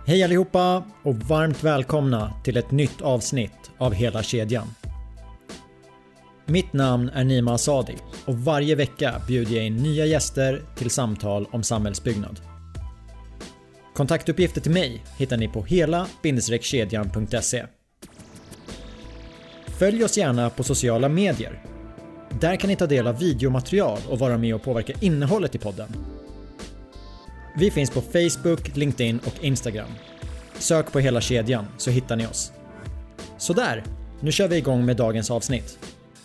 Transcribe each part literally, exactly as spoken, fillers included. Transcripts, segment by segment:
Hej allihopa och varmt välkomna till ett nytt avsnitt av Hela kedjan. Mitt namn är Nima Asadi och varje vecka bjuder jag in nya gäster till samtal om samhällsbyggnad. Kontaktuppgifter till mig hittar ni på hela kedjan punkt se. Följ oss gärna på sociala medier. Där kan ni ta del av videomaterial och vara med och påverka innehållet i podden. Vi finns på Facebook, LinkedIn och Instagram. Sök på Hela kedjan så hittar ni oss. Så där, nu kör vi igång med dagens avsnitt.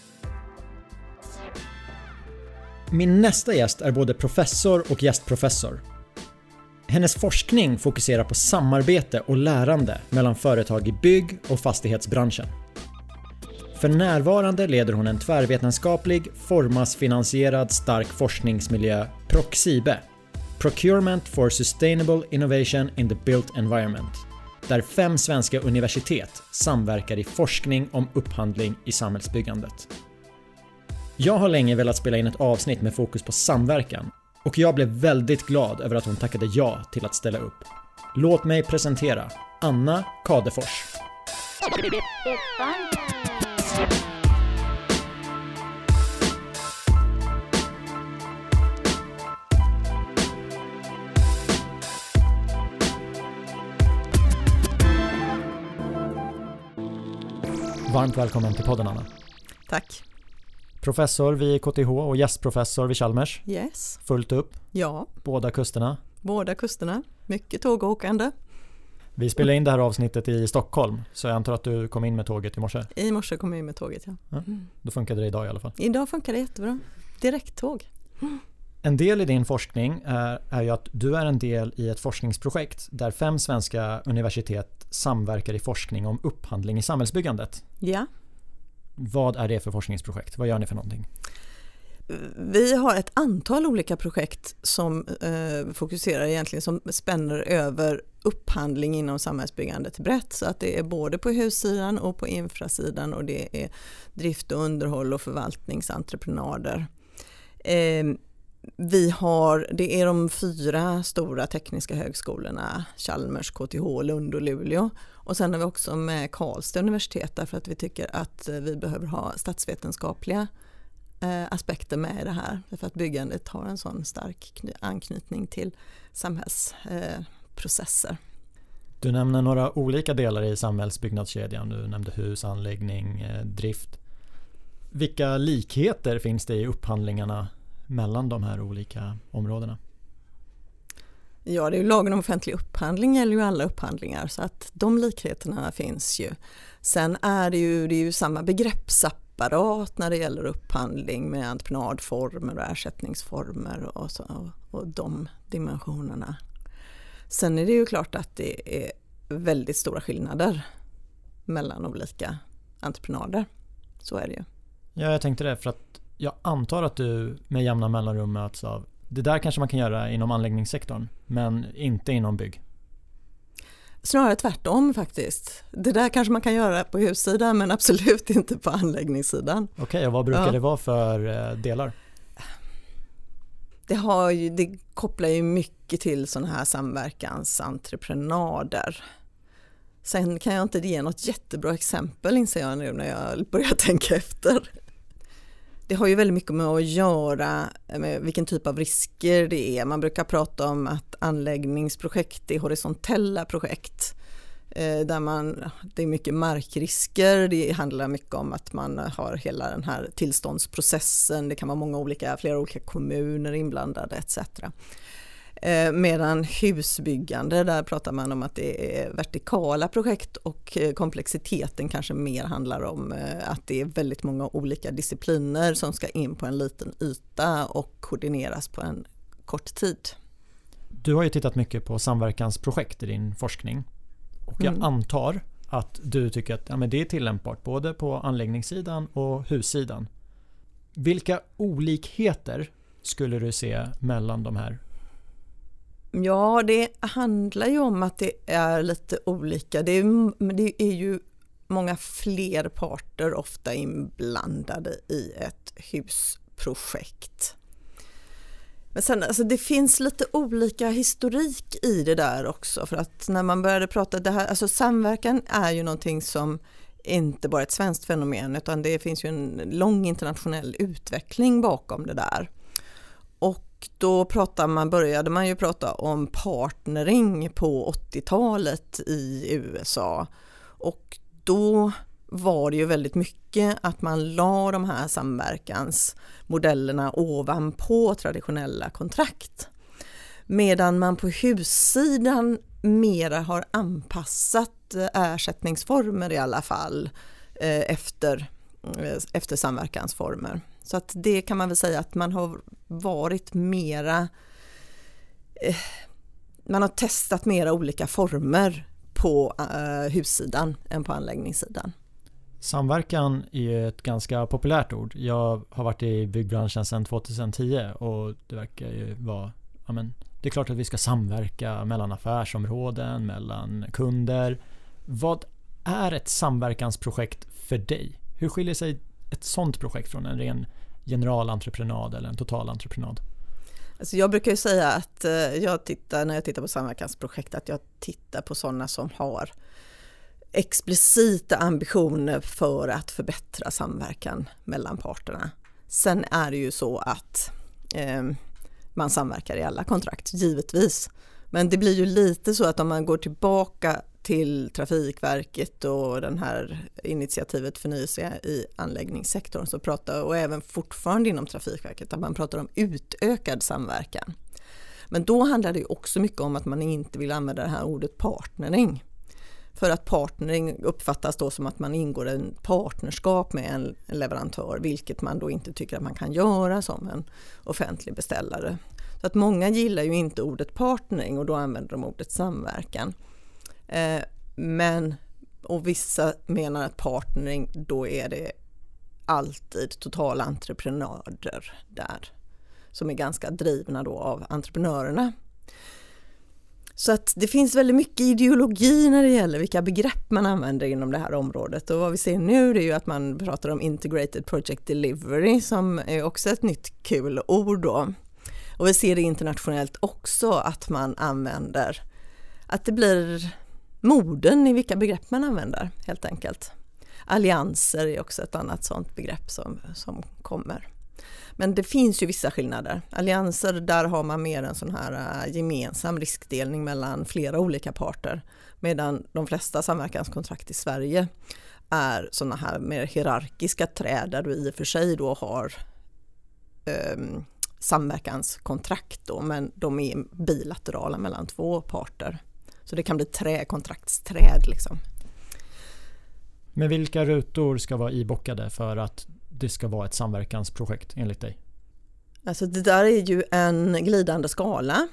Min nästa gäst är både professor och gästprofessor. Hennes forskning fokuserar på samarbete och lärande mellan företag i bygg- och fastighetsbranschen. För närvarande leder hon en tvärvetenskaplig, formasfinansierad stark forskningsmiljö Proxibe, Procurement for Sustainable Innovation in the Built Environment, där fem svenska universitet samverkar i forskning om upphandling i samhällsbyggandet. Jag har länge velat spela in ett avsnitt med fokus på samverkan och jag blev väldigt glad över att hon tackade ja till att ställa upp. Låt mig presentera Anna Kadefors. Varmt välkommen till podden, Anna. Tack. Professor vid K T H och gästprofessor vid Chalmers. Yes. Fullt upp. Ja. Båda kusterna. Båda kusterna. Mycket tågåkande. Vi spelar in det här avsnittet i Stockholm, så jag antar att du kom in med tåget i morse. I morse kom jag in med tåget, ja. ja då funkade det idag i alla fall. Idag funkar det jättebra. Direkttåg. Mm. En del i din forskning är, är ju att du är en del i ett forskningsprojekt där fem svenska universitet samverkar i forskning om upphandling i samhällsbyggandet. Ja. Vad är det för forskningsprojekt? Vad gör ni för någonting? Vi har ett antal olika projekt som eh, fokuserar egentligen, som spänner över upphandling inom samhällsbyggandet brett, så att det är både på hussidan och på infrasidan, och det är drift och underhåll och förvaltningsentreprenader. Eh, vi har, det är de fyra stora tekniska högskolorna, Chalmers, K T H, Lund och Luleå, och sen har vi också med Karlstad universitet, därför att vi tycker att vi behöver ha statsvetenskapliga aspekter med i det här, för att byggandet har en sån stark anknytning till samhällsprocesser. Du nämner några olika delar i samhällsbyggnadskedjan. Du nämnde hus, anläggning, drift. Vilka likheter finns det i upphandlingarna mellan de här olika områdena? Ja, det är ju lagen om offentlig upphandling, eller ju alla upphandlingar, så att de likheterna finns ju. Sen är det ju, det är ju samma begreppsapparat när det gäller upphandling med entreprenadformer och ersättningsformer och, så, och, och de dimensionerna. Sen är det ju klart att det är väldigt stora skillnader mellan olika entreprenader. Så är det ju. Ja, jag tänkte det, för att jag antar att du med jämna mellanrum möts av det där kanske man kan göra inom anläggningssektorn, men inte inom bygg. Snarare tvärtom faktiskt. Det där kanske man kan göra på hussidan, men absolut inte på anläggningssidan. Okej, okay, och vad brukar ja. det vara för delar? Det, har ju, det kopplar ju mycket till sådana här samverkansentreprenader. Sen kan jag inte ge något jättebra exempel, inser jag nu när jag börjar tänka efter. Det har ju väldigt mycket med att göra med vilken typ av risker det är. Man brukar prata om att anläggningsprojekt är horisontella projekt. Där man, det är mycket markrisker. Det handlar mycket om att man har hela den här tillståndsprocessen. Det kan vara många olika, flera olika kommuner inblandade et cetera. Medan husbyggande, där pratar man om att det är vertikala projekt, och komplexiteten kanske mer handlar om att det är väldigt många olika discipliner som ska in på en liten yta och koordineras på en kort tid. Du har ju tittat mycket på samverkansprojekt i din forskning, och jag mm. antar att du tycker att ja, men det är tillämpbart både på anläggningssidan och hussidan. Vilka olikheter skulle du se mellan de här? Ja, det handlar ju om att det är lite olika. Det är, det är ju många fler parter ofta inblandade i ett husprojekt. Men sen, alltså, det finns lite olika historik i det där också, för att när man började prata det här, alltså samverkan är ju någonting som inte bara ett svenskt fenomen, utan det finns ju en lång internationell utveckling bakom det där. Och då pratar man, började man ju prata om partnering på åttiotalet i U S A, och då var det ju väldigt mycket att man la de här samverkansmodellerna ovanpå traditionella kontrakt. Medan man på hussidan mera har anpassat ersättningsformer i alla fall efter, efter samverkansformer. Så att det kan man väl säga att man har varit mera, man har testat mera olika former på hussidan än på anläggningssidan. Samverkan är ett ganska populärt ord. Jag har varit i byggbranschen sedan tjugohundratio och det verkar ju vara, ja men, det är klart att vi ska samverka mellan affärsområden, mellan kunder. Vad är ett samverkansprojekt för dig? Hur skiljer sig ett sådant projekt från en ren generalentreprenad eller en totalentreprenad? Alltså jag brukar ju säga att jag tittar, när jag tittar på samverkansprojekt, att jag tittar på sådana som har explicita ambitioner för att förbättra samverkan mellan parterna. Sen är det ju så att eh, man samverkar i alla kontrakt, givetvis. Men det blir ju lite så att om man går tillbaka till Trafikverket och den här initiativet förnyelse i anläggningssektorn, så pratar, och även fortfarande inom Trafikverket, att man pratar om utökad samverkan. Men då handlar det ju också mycket om att man inte vill använda det här ordet partnering. För att partnering uppfattas då som att man ingår en partnerskap med en leverantör, vilket man då inte tycker att man kan göra som en offentlig beställare. Så att många gillar ju inte ordet partnering, och då använder de ordet samverkan. Eh, men, och vissa menar att partnering, då är det alltid totala entreprenader där, som är ganska drivna då av entreprenörerna. Så att det finns väldigt mycket ideologi när det gäller vilka begrepp man använder inom det här området. Och vad vi ser nu är ju att man pratar om integrated project delivery, som är också ett nytt kul ord då. Och vi ser det internationellt också, att man använder, att det blir moden i vilka begrepp man använder helt enkelt. Allianser är också ett annat sådant begrepp som, som kommer. Men det finns ju vissa skillnader. Allianser, där har man mer en sån här gemensam riskdelning mellan flera olika parter. Medan de flesta samverkanskontrakt i Sverige är såna här mer hierarkiska träd, där du i och för sig då har um, samverkanskontrakt då, men de är bilaterala mellan två parter. Så det kan bli trä, kontraktsträd liksom. Men vilka rutor ska vara ibockade för att det ska vara ett samverkansprojekt enligt dig? Alltså det där är ju en glidande skala.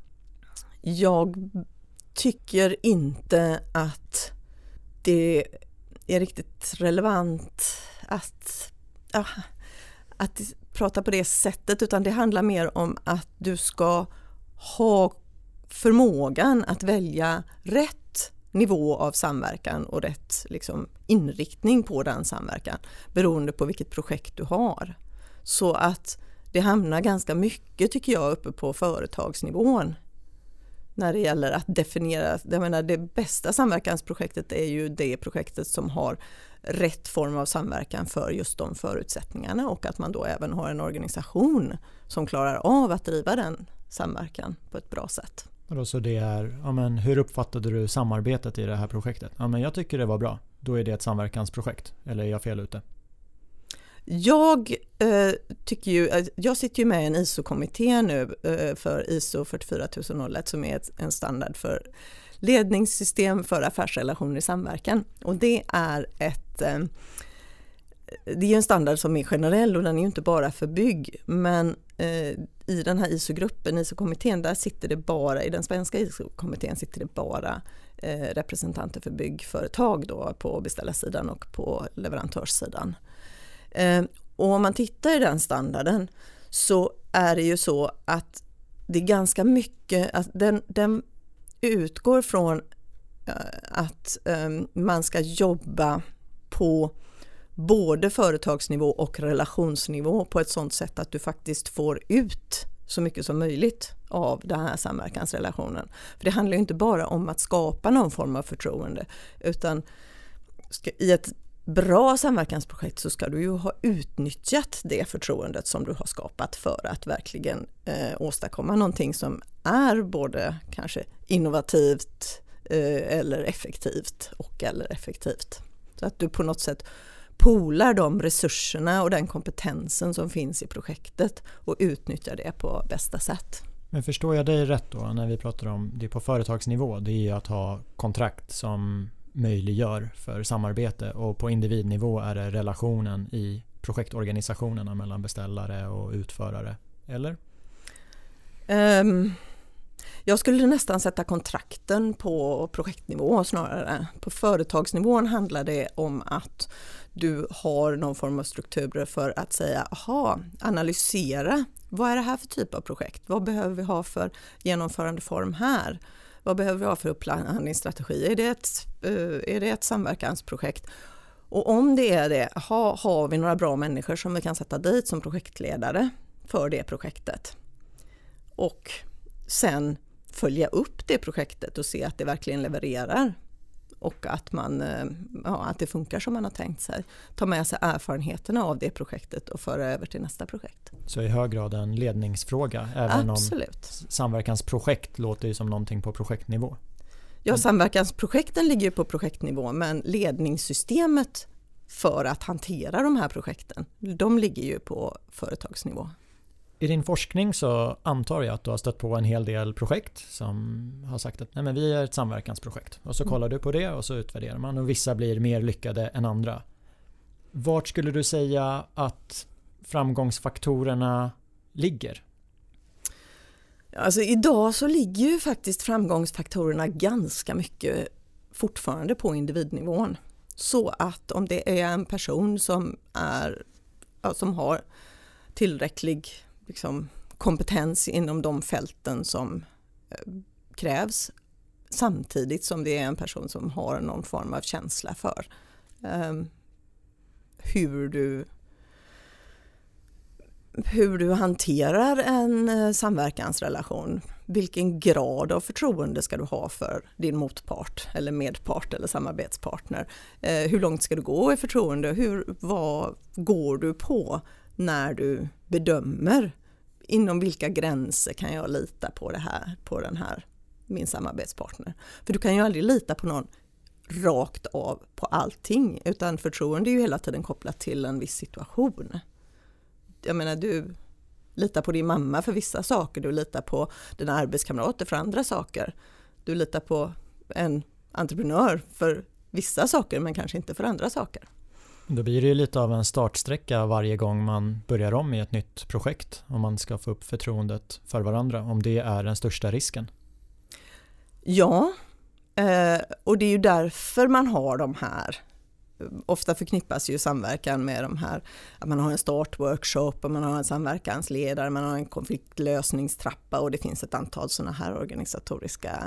Jag tycker inte att det är riktigt relevant att, ja, att prata på det sättet, utan det handlar mer om att du ska ha förmågan att välja rätt nivå av samverkan och rätt liksom, inriktning på den samverkan beroende på vilket projekt du har. Så att det hamnar ganska mycket, tycker jag, uppe på företagsnivån när det gäller att definiera. Jag menar, det bästa samverkansprojektet är ju det projektet som har rätt form av samverkan för just de förutsättningarna, och att man då även har en organisation som klarar av att driva den samverkan på ett bra sätt. Och då så det är, ja men hur uppfattade du samarbetet i det här projektet? Ja men jag tycker det var bra. Då är det ett samverkansprojekt. Eller är jag fel ute? Jag eh, tycker ju, jag sitter ju med i en I S O-kommitté nu eh, för I S O fyrtiofyra tusen noll ett, som är ett, en standard för ledningssystem för affärsrelationer i samverkan. Och det är ett eh, det är en standard som är generell, och den är ju inte bara för bygg, men eh, i den här I S O-gruppen, I S O-kommittén, där sitter det bara, i den svenska I S O-kommittén sitter det bara eh, representanter för byggföretag då, på beställarsidan och på leverantörssidan. Eh, och om man tittar i den standarden, så är det ju så att det är ganska mycket, att den, den utgår från eh, att eh, man ska jobba på både företagsnivå och relationsnivå på ett sådant sätt att du faktiskt får ut så mycket som möjligt av den här samverkansrelationen. För det handlar ju inte bara om att skapa någon form av förtroende, utan ska, i ett bra samverkansprojekt så ska du ju ha utnyttjat det förtroendet som du har skapat för att verkligen eh, åstadkomma någonting som är både kanske innovativt eh, eller effektivt och eller effektivt. Så att du på något sätt poolar de resurserna och den kompetensen som finns i projektet och utnyttjar det på bästa sätt. Men förstår jag dig rätt då när vi pratar om det på företagsnivå, det är ju att ha kontrakt som möjliggör för samarbete, och på individnivå är det relationen i projektorganisationerna mellan beställare och utförare, eller? Um, jag skulle nästan sätta kontrakten på projektnivå snarare. På företagsnivån handlar det om att du har någon form av strukturer för att säga, aha, analysera, vad är det här för typ av projekt? Vad behöver vi ha för genomförandeform här? Vad behöver vi ha för upphandlingsstrategi? Är det ett, är det ett samverkansprojekt? Och om det är det, ha, har vi några bra människor som vi kan sätta dit som projektledare för det projektet? Och sen följa upp det projektet och se att det verkligen levererar och att, man, ja, att det funkar som man har tänkt sig. Ta med sig erfarenheterna av det projektet och föra över till nästa projekt. Så i hög grad en ledningsfråga, även Absolut. Om samverkansprojekt låter ju som någonting på projektnivå. Ja, samverkansprojekten ligger ju på projektnivå, men ledningssystemet för att hantera de här projekten, de ligger ju på företagsnivå. I din forskning så antar jag att du har stött på en hel del projekt som har sagt att nej, men vi är ett samverkansprojekt. Och så kollar du på det och så utvärderar man, och vissa blir mer lyckade än andra. Vart skulle du säga att framgångsfaktorerna ligger? Alltså idag så ligger ju faktiskt framgångsfaktorerna ganska mycket fortfarande på individnivån. Så att om det är en person som, är, ja, som har tillräcklig liksom, kompetens inom de fälten som eh, krävs, samtidigt som det är en person som har någon form av känsla för eh, hur du hur du hanterar en eh, samverkansrelation. Vilken grad av förtroende ska du ha för din motpart eller medpart eller samarbetspartner? Eh, hur långt ska du gå i förtroende? Hur, vad går du på när du bedömer inom vilka gränser kan jag lita på det här, på den här, min samarbetspartner? För du kan ju aldrig lita på någon rakt av på allting, utan förtroende är ju hela tiden kopplat till en viss situation. Jag menar, du litar på din mamma för vissa saker, du litar på dina arbetskamrater för andra saker. Du litar på en entreprenör för vissa saker men kanske inte för andra saker. Då blir det ju lite av en startsträcka varje gång man börjar om i ett nytt projekt, om man ska få upp förtroendet för varandra, om det är den största risken. Ja, eh, och det är ju därför man har de här. Ofta förknippas ju samverkan med de här, att man har en startworkshop och man har en samverkansledare, man har en konfliktlösningstrappa och det finns ett antal sådana här organisatoriska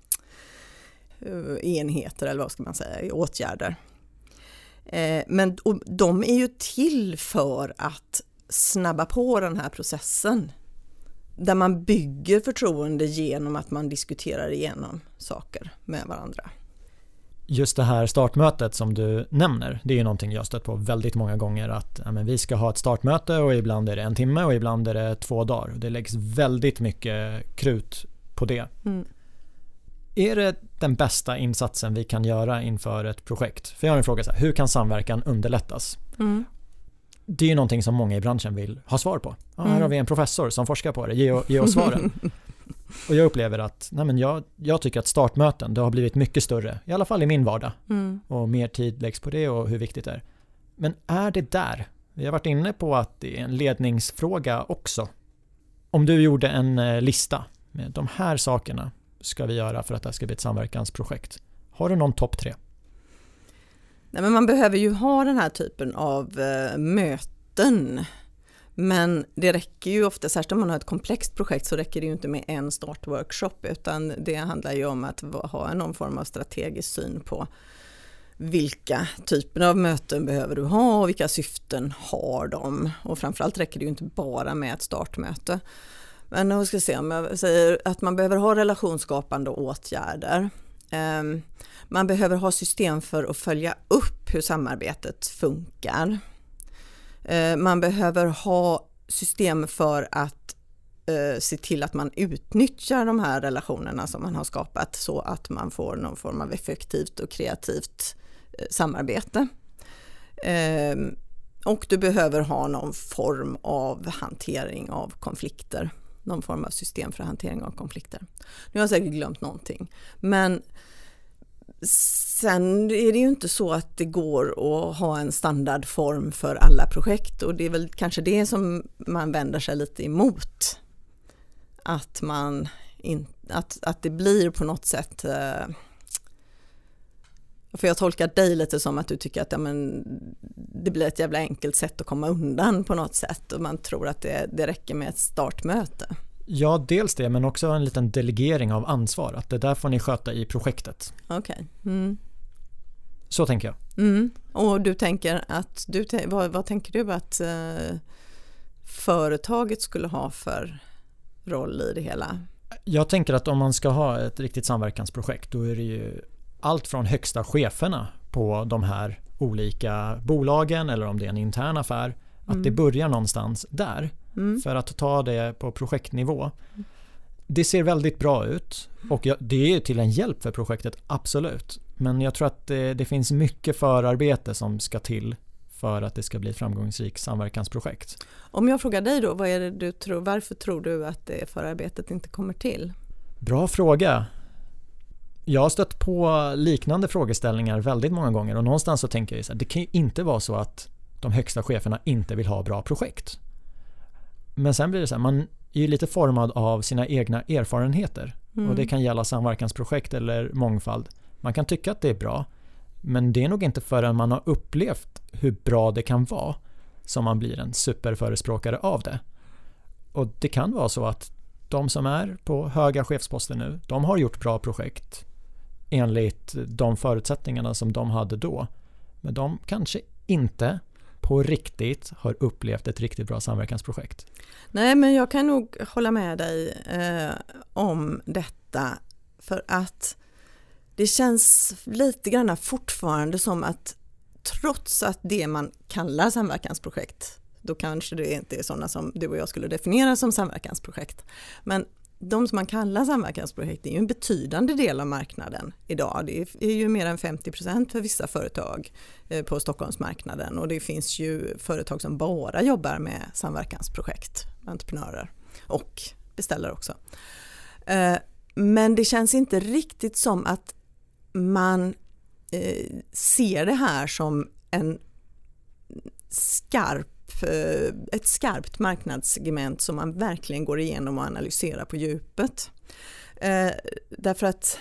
enheter eller vad ska man säga, åtgärder. Men de är ju till för att snabba på den här processen där man bygger förtroende genom att man diskuterar igenom saker med varandra. Just det här startmötet som du nämner, det är ju någonting jag stött på väldigt många gånger, att ja, men vi ska ha ett startmöte och ibland är det en timme och ibland är det två dagar. Det läggs väldigt mycket krut på det. Mm. Är det den bästa insatsen vi kan göra inför ett projekt? För jag har en fråga så här, hur kan samverkan underlättas? Mm. Det är ju någonting som många i branschen vill ha svar på. Ja, här mm. har vi en professor som forskar på det, ge, ge oss svaren. Och jag upplever att nej men jag, jag tycker att startmöten det har blivit mycket större, i alla fall i min vardag. Mm. Och mer tid läggs på det och hur viktigt det är. Men är det där? Vi har varit inne på att det är en ledningsfråga också. Om du gjorde en lista med de här sakerna ska vi göra för att det ska bli ett samverkansprojekt. Har du någon topp tre? Nej, men man behöver ju ha den här typen av uh, möten. Men det räcker ju ofta, särskilt om man har ett komplext projekt så räcker det ju inte med en startworkshop, utan det handlar ju om att ha någon form av strategisk syn på vilka typer av möten behöver du ha och vilka syften har de. Och framförallt räcker det ju inte bara med ett startmöte. Men nu ska jag se om jag säger att man behöver ha relationsskapande åtgärder. Um, man behöver ha system för att följa upp hur samarbetet funkar. Uh, man behöver ha system för att uh, se till att man utnyttjar de här relationerna som man har skapat så att man får någon form av effektivt och kreativt uh, samarbete. Uh, och du behöver ha någon form av hantering av konflikter. Någon form av system för hantering av konflikter. Nu har jag säkert glömt någonting. Men sen är det ju inte så att det går att ha en standardform för alla projekt. Och det är väl kanske det som man vänder sig lite emot. Att, man in, att, att det blir på något sätt... Eh, för jag tolkar dig lite som att du tycker att ja, men, det blir ett jävla enkelt sätt att komma undan på något sätt. Och man tror att det, det räcker med ett startmöte. Ja, dels det, men också en liten delegering av ansvar. Att det där får ni sköta i projektet. Okej. Okay. Mm. Så tänker jag. Mm. Och du tänker att, du, vad, vad tänker du att eh, företaget skulle ha för roll i det hela? Jag tänker att om man ska ha ett riktigt samverkansprojekt, då är det ju allt från högsta cheferna på de här olika bolagen eller om det är en intern affär, att mm. det börjar någonstans där mm. för att ta det på projektnivå. Det ser väldigt bra ut och det är till en hjälp för projektet, absolut. Men jag tror att det, det finns mycket förarbete som ska till för att det ska bli ett framgångsrikt samverkansprojekt. Om jag frågar dig då, vad är det du tror, varför tror du att det förarbetet inte kommer till? Bra fråga. Jag har stött på liknande frågeställningar väldigt många gånger och någonstans så tänker jag så här, det kan ju inte vara så att de högsta cheferna inte vill ha bra projekt. Men sen blir det så här, man är ju lite formad av sina egna erfarenheter mm. och det kan gälla samverkansprojekt eller mångfald. Man kan tycka att det är bra, men det är nog inte förrän man har upplevt hur bra det kan vara som man blir en superförespråkare av det. Och det kan vara så att de som är på höga chefsposter nu, de har gjort bra projekt enligt de förutsättningarna som de hade då. Men de kanske inte på riktigt har upplevt ett riktigt bra samverkansprojekt. Nej, men jag kan nog hålla med dig eh, om detta. För att det känns lite grann fortfarande som att trots att det man kallar samverkansprojekt, då kanske det inte är sådana som du och jag skulle definiera som samverkansprojekt. Men de som man kallar samverkansprojekt är ju en betydande del av marknaden idag. Det är ju mer än femtio procent för vissa företag på Stockholmsmarknaden. Och det finns ju företag som bara jobbar med samverkansprojekt, entreprenörer och beställare också. Men det känns inte riktigt som att man ser det här som en skarp ett skarpt marknadssegment som man verkligen går igenom och analyserar på djupet. Eh, därför att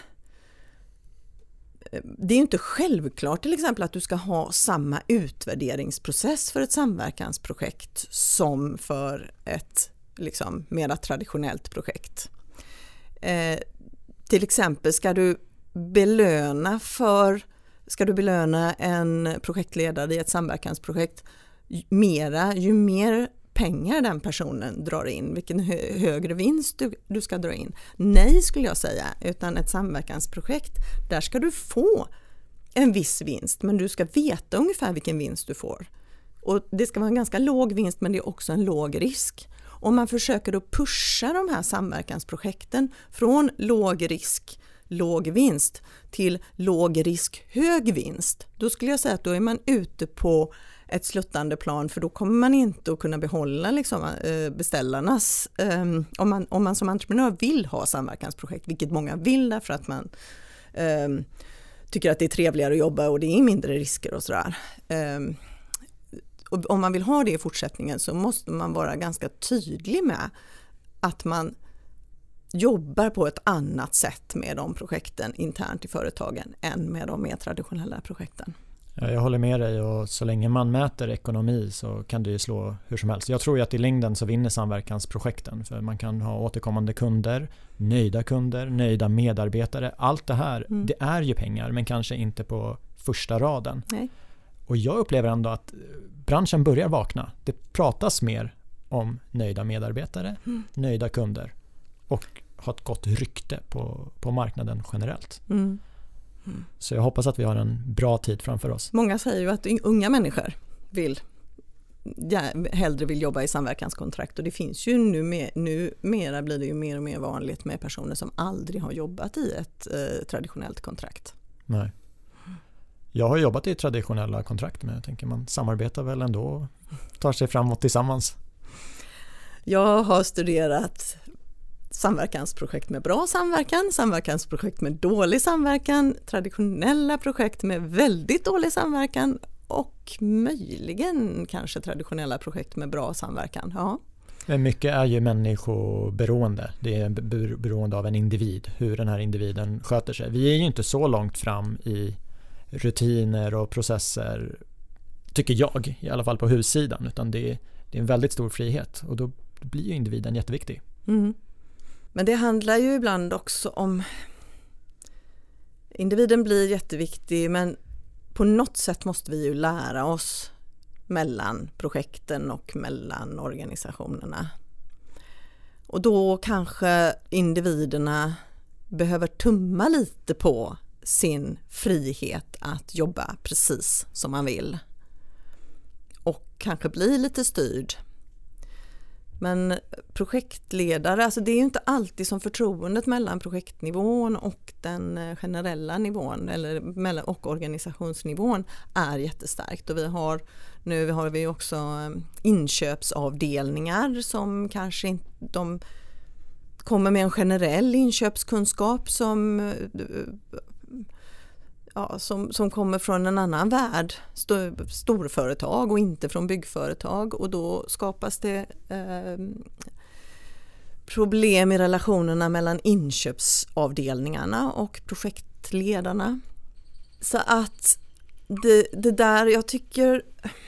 det är ju inte självklart till exempel att du ska ha samma utvärderingsprocess för ett samverkansprojekt som för ett liksom mera traditionellt projekt. Eh, till exempel ska du belöna för ska du belöna en projektledare i ett samverkansprojekt mera, ju mer pengar den personen drar in, vilken hö- högre vinst du, du ska dra in. Nej, skulle jag säga, utan ett samverkansprojekt, där ska du få en viss vinst, men du ska veta ungefär vilken vinst du får. Och det ska vara en ganska låg vinst, men det är också en låg risk. Om man försöker då pusha de här samverkansprojekten från låg risk, låg vinst till låg risk, hög vinst, då skulle jag säga att då är man ute på ett sluttande plan, för då kommer man inte att kunna behålla liksom, beställarnas, um, om, man, om man som entreprenör vill ha samverkansprojekt, vilket många vill därför att man um, tycker att det är trevligare att jobba och det är mindre risker och sådär. Um, och om man vill ha det i fortsättningen så måste man vara ganska tydlig med att man jobbar på ett annat sätt med de projekten internt i företagen än med de mer traditionella projekten. Jag håller med dig, och så länge man mäter ekonomi så kan det ju slå hur som helst. Jag tror ju att i längden så vinner samverkansprojekten, för man kan ha återkommande kunder, nöjda kunder, nöjda medarbetare. Allt det här, mm. det är ju pengar, men kanske inte på första raden. Nej. Och jag upplever ändå att branschen börjar vakna. Det pratas mer om nöjda medarbetare, mm. nöjda kunder och ha ett gott rykte på, på marknaden generellt. Mm. Mm. Så jag hoppas att vi har en bra tid framför oss. Många säger ju att unga människor vill ja, hellre vill jobba i samverkanskontrakt, och det finns ju nu, mer, nu mera blir det ju mer och mer vanligt med personer som aldrig har jobbat i ett eh, traditionellt kontrakt. Nej. Jag har jobbat i traditionella kontrakt, men jag tänker man samarbetar väl ändå och tar sig framåt tillsammans. Jag har studerat samverkansprojekt med bra samverkan, samverkansprojekt med dålig samverkan, traditionella projekt med väldigt dålig samverkan och möjligen kanske traditionella projekt med bra samverkan. Ja. Men mycket är ju människoberoende. Det är beroende av en individ, hur den här individen sköter sig. Vi är ju inte så långt fram i rutiner och processer, tycker jag, i alla fall på hussidan, utan det är, det är en väldigt stor frihet, och då blir ju individen jätteviktig. Mm. Men det handlar ju ibland också om individen blir jätteviktig, men på något sätt måste vi ju lära oss mellan projekten och mellan organisationerna. Och då kanske individerna behöver tumma lite på sin frihet att jobba precis som man vill. Och kanske bli lite styrd. Men projektledare, alltså det är ju inte alltid som förtroendet mellan projektnivån och den generella nivån eller mellan och organisationsnivån är jättestarkt. Och vi har nu har vi också inköpsavdelningar som kanske inte de kommer med en generell inköpskunskap som ja, som, som kommer från en annan värld, Stor, storföretag och inte från byggföretag, och då skapas det eh, problem i relationerna mellan inköpsavdelningarna och projektledarna. Så att det, det där, jag tycker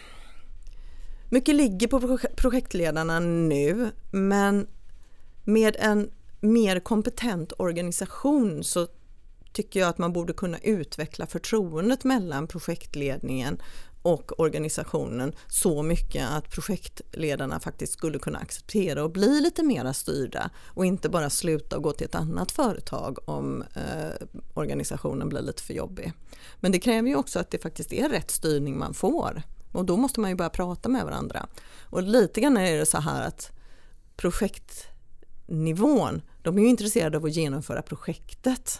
mycket ligger på projektledarna nu, men med en mer kompetent organisation så tycker jag att man borde kunna utveckla förtroendet mellan projektledningen och organisationen så mycket att projektledarna faktiskt skulle kunna acceptera och bli lite mera styrda och inte bara sluta och gå till ett annat företag om eh, organisationen blir lite för jobbig. Men det kräver ju också att det faktiskt är rätt styrning man får, och då måste man ju börja prata med varandra. Och lite grann är det så här att projektnivån, de är ju intresserade av att genomföra projektet.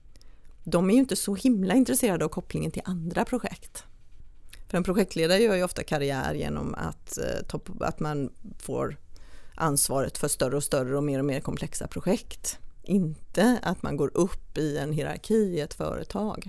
De är ju inte så himla intresserade av kopplingen till andra projekt. För en projektledare gör ju ofta karriär genom att, att man får ansvaret för större och större och mer och mer komplexa projekt. Inte att man går upp i en hierarki i ett företag.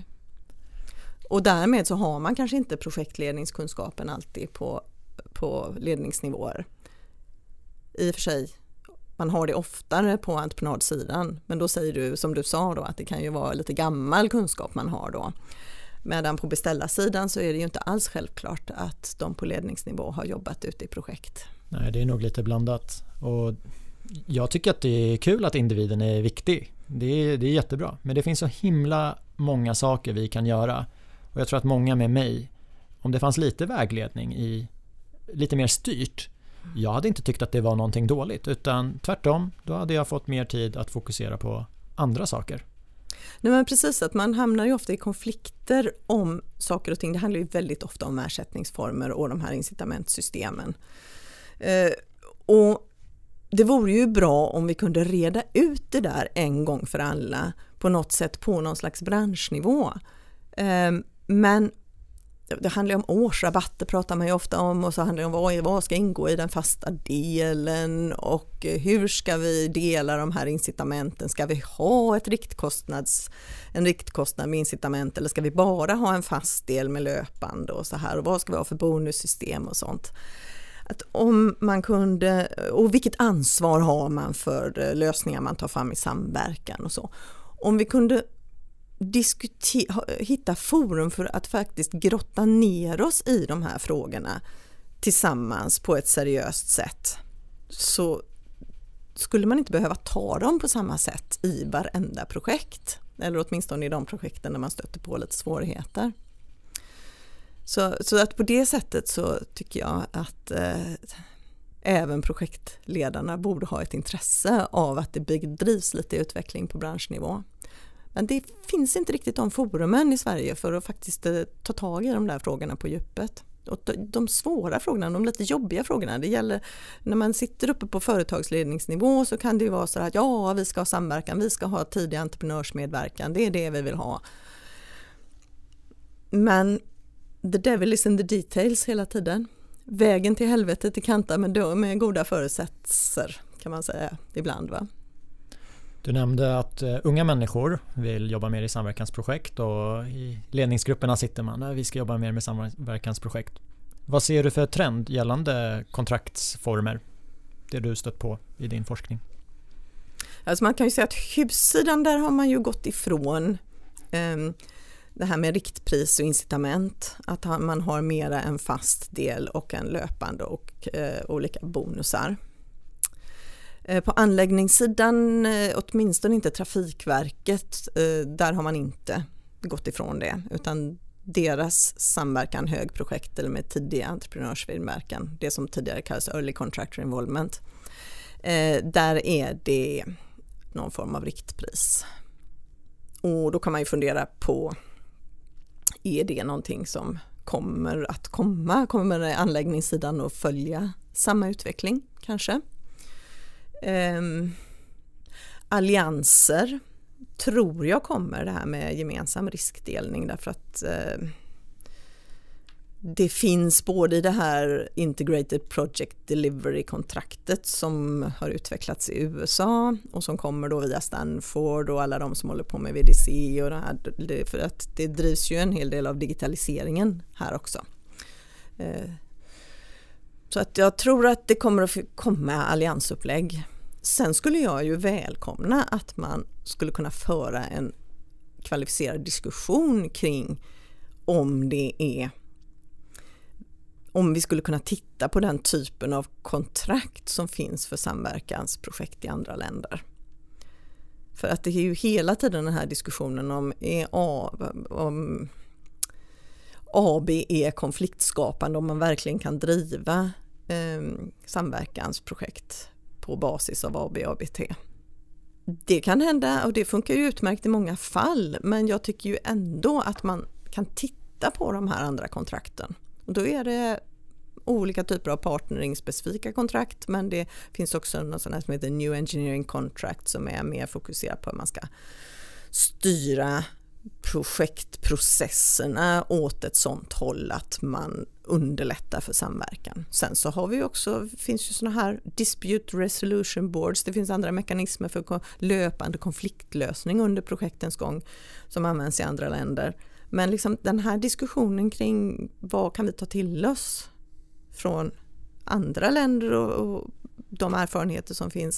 Och därmed så har man kanske inte projektledningskunskapen alltid på, på ledningsnivåer. I och för sig, man har det oftare på entreprenadsidan, men då säger du, som du sa då, att det kan ju vara lite gammal kunskap man har då. Medan på beställarsidan så är det ju inte alls självklart att de på ledningsnivå har jobbat ute i projekt. Nej, det är nog lite blandat. Och jag tycker att det är kul att individen är viktig. Det är, det är jättebra. Men det finns så himla många saker vi kan göra. Och jag tror att många med mig, om det fanns lite vägledning i lite mer styrt, jag hade inte tyckt att det var någonting dåligt, utan tvärtom, då hade jag fått mer tid att fokusera på andra saker. Nej, men precis, att man hamnar ju ofta i konflikter om saker och ting. Det handlar ju väldigt ofta om ersättningsformer och de här incitamentsystemen. Eh, och det vore ju bra om vi kunde reda ut det där en gång för alla på något sätt på någon slags branschnivå. Eh, men det handlar om årsrabatter, pratar man ju ofta om, och så handlar det om vad, vad ska ingå i den fasta delen och hur ska vi dela de här incitamenten. Ska vi ha ett riktkostnads, en riktkostnad med incitament, eller ska vi bara ha en fast del med löpande och så här, och vad ska vi ha för bonussystem och sånt. Att om man kunde, och vilket ansvar har man för lösningar man tar fram i samverkan och så. Om vi kunde Diskutera, hitta forum för att faktiskt grotta ner oss i de här frågorna tillsammans på ett seriöst sätt, så skulle man inte behöva ta dem på samma sätt i varenda projekt, eller åtminstone i de projekten där man stöter på lite svårigheter. Så, så att på det sättet så tycker jag att eh, även projektledarna borde ha ett intresse av att det bedrivs lite utveckling på branschnivå. Men det finns inte riktigt de forumen i Sverige för att faktiskt ta tag i de där frågorna på djupet. Och de svåra frågorna, de lite jobbiga frågorna, det gäller när man sitter uppe på företagsledningsnivå, så kan det ju vara så att ja, vi ska ha samverkan, vi ska ha tidig entreprenörsmedverkan, det är det vi vill ha. Men the devil is in the details hela tiden. Vägen till helvetet är kantad med, med goda förutsättningar, kan man säga ibland, va? Du nämnde att uh, unga människor vill jobba mer i samverkansprojekt, och i ledningsgrupperna sitter man där, vi ska jobba mer med samverkansprojekt. Vad ser du för trend gällande kontraktsformer, det du stött på i din forskning? Alltså man kan ju säga att hussidan, där har man ju gått ifrån um, det här med riktpris och incitament, att man har mera en fast del och en löpande och uh, olika bonusar. På anläggningssidan, åtminstone inte Trafikverket, där har man inte gått ifrån det, utan deras samverkan, högprojekt eller med tidig entreprenörsmedverkan, det som tidigare kallas early contractor involvement, där är det någon form av riktpris. Och då kan man ju fundera på, är det någonting som kommer att komma? Kommer anläggningssidan att följa samma utveckling kanske? Um, allianser tror jag kommer, det här med gemensam riskdelning, därför att uh, det finns både i det här Integrated Project Delivery-kontraktet som har utvecklats i U S A och som kommer då via Stanford och alla de som håller på med V D C och det här, det, för att det drivs ju en hel del av digitaliseringen här också. Uh, Så att jag tror att det kommer att komma alliansupplägg. Sen skulle jag ju välkomna att man skulle kunna föra en kvalificerad diskussion kring om det är, om vi skulle kunna titta på den typen av kontrakt som finns för samverkansprojekt i andra länder. För att det är ju hela tiden den här diskussionen om, är A, om A B är konfliktskapande, om man verkligen kan driva eh, samverkansprojekt på basis av A B A B T. Det kan hända och det funkar ju utmärkt i många fall, men jag tycker ju ändå att man kan titta på de här andra kontrakten. Och då är det olika typer av partnering-specifika kontrakt, men det finns också något sånt här som heter New Engineering Contract som är mer fokuserat på hur man ska styra projektprocesserna åt ett sånt håll att man underlättar för samverkan. Sen så har vi också, finns ju såna här dispute resolution boards, det finns andra mekanismer för löpande konfliktlösning under projektens gång som används i andra länder. Men liksom den här diskussionen kring vad kan vi ta till oss från andra länder och, och de erfarenheter som finns,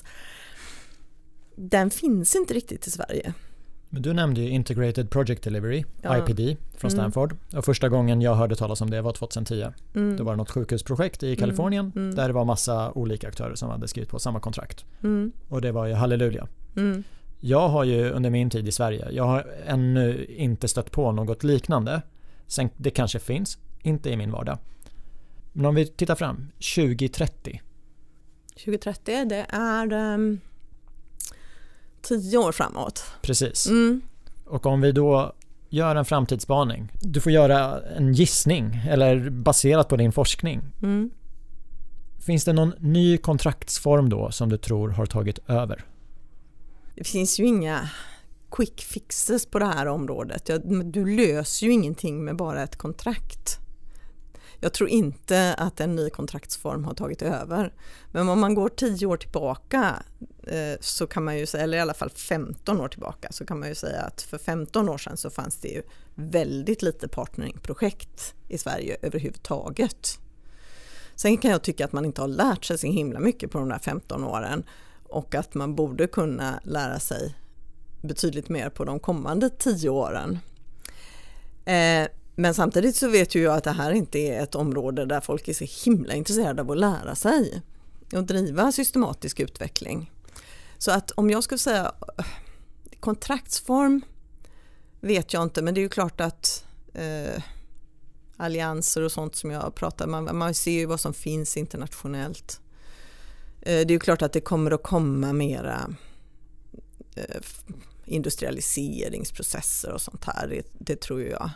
den finns inte riktigt i Sverige. Men du nämnde ju Integrated Project Delivery, ja. I P D, från Stanford. Mm. Och första gången jag hörde talas om det var tjugohundratio. Mm. Det var något sjukhusprojekt i Kalifornien mm. Mm. där det var massa olika aktörer som hade skrivit på samma kontrakt. Mm. Och det var ju halleluja. Mm. Jag har ju under min tid i Sverige, jag har ännu inte stött på något liknande. Sen, det kanske finns, inte i min vardag. Men om vi tittar fram, tjugo trettio. tjugo trettio, det är um, tio år framåt. Precis. Mm. Och om vi då gör en framtidsspaning, du får göra en gissning eller baserat på din forskning. Mm. Finns det någon ny kontraktsform då som du tror har tagit över? Det finns ju inga quick fixes på det här området. Du löser ju ingenting med bara ett kontrakt. Jag tror inte att en ny kontraktsform har tagit över. Men om man går tio år tillbaka eh, så kan man ju säga, eller i alla fall femton år tillbaka, så kan man ju säga att för femton år sedan så fanns det ju väldigt lite partneringprojekt i Sverige överhuvudtaget. Sen kan jag tycka att man inte har lärt sig så himla mycket på de där femton åren och att man borde kunna lära sig betydligt mer på de kommande tio åren. Eh, Men samtidigt så vet ju jag att det här inte är ett område där folk är så himla intresserade av att lära sig och driva systematisk utveckling. Så att om jag skulle säga kontraktsform vet jag inte, men det är ju klart att eh, allianser och sånt som jag pratar om, man, man ser ju vad som finns internationellt. Det är ju klart att det kommer att komma mera industrialiseringsprocesser och sånt här, det, det tror jag.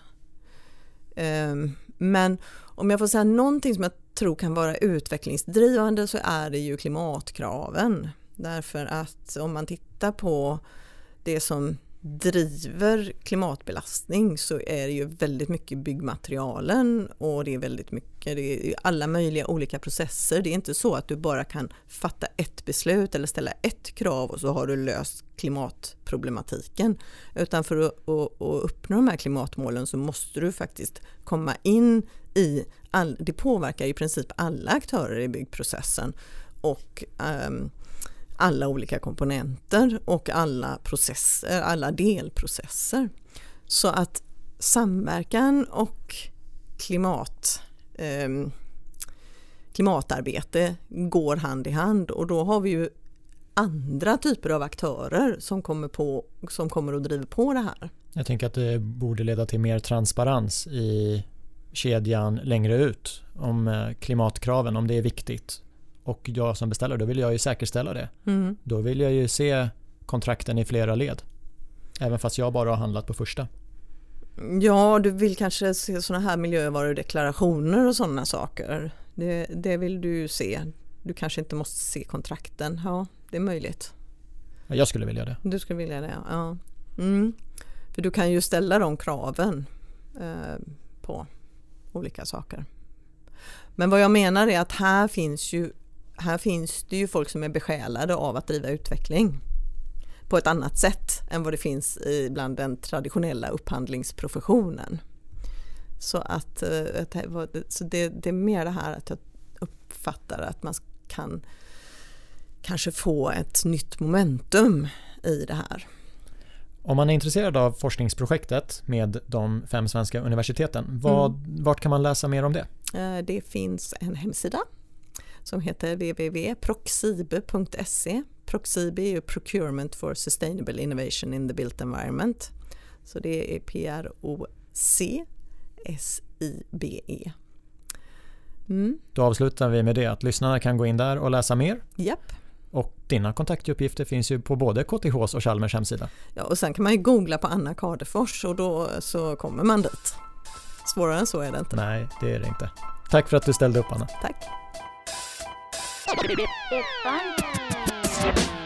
Men om jag får säga någonting som jag tror kan vara utvecklingsdrivande så är det ju klimatkraven. Därför att om man tittar på det som driver klimatbelastning så är det ju väldigt mycket byggmaterialen och det är väldigt mycket, det är alla möjliga olika processer. Det är inte så att du bara kan fatta ett beslut eller ställa ett krav och så har du löst klimatproblematiken. Utan för att, att, att uppnå de här klimatmålen så måste du faktiskt komma in i, all, det påverkar i princip alla aktörer i byggprocessen och um, alla olika komponenter och alla processer, alla delprocesser. Så att samverkan och klimat, eh, klimatarbete går hand i hand och då har vi ju andra typer av aktörer som kommer, på, som kommer att driva på det här. Jag tänker att det borde leda till mer transparens i kedjan längre ut om klimatkraven, om det är viktigt. Och jag som beställare, då vill jag ju säkerställa det. Mm. Då vill jag ju se kontrakten i flera led. Även fast jag bara har handlat på första. Ja, du vill kanske se såna här miljövarudeklarationer och sådana saker. Det, det vill du se. Du kanske inte måste se kontrakten. Ja, det är möjligt. Ja, jag skulle vilja det. Du skulle vilja det, ja. Mm. För du kan ju ställa de kraven eh, på olika saker. Men vad jag menar är att här finns ju Här finns det ju folk som är besjälade av att driva utveckling på ett annat sätt än vad det finns i bland den traditionella upphandlingsprofessionen. Så att så det, det är mer det här att jag uppfattar att man kan kanske få ett nytt momentum i det här. Om man är intresserad av forskningsprojektet med de fem svenska universiteten, vad, mm. vart kan man läsa mer om det? Det finns en hemsida som heter w w w punkt proxibe punkt se. Proxibe är ju Procurement for Sustainable Innovation in the Built Environment. Så det är P R O C S I B E. Mm. Då avslutar vi med det att lyssnarna kan gå in där och läsa mer. Japp. Och dina kontaktuppgifter finns ju på både K T H:s och Chalmers hemsida. Ja, och sen kan man ju googla på Anna Cardefors och då så kommer man dit. Svårare än så är det inte. Nej, det är det inte. Tack för att du ställde upp, Anna. Tack. It's fun.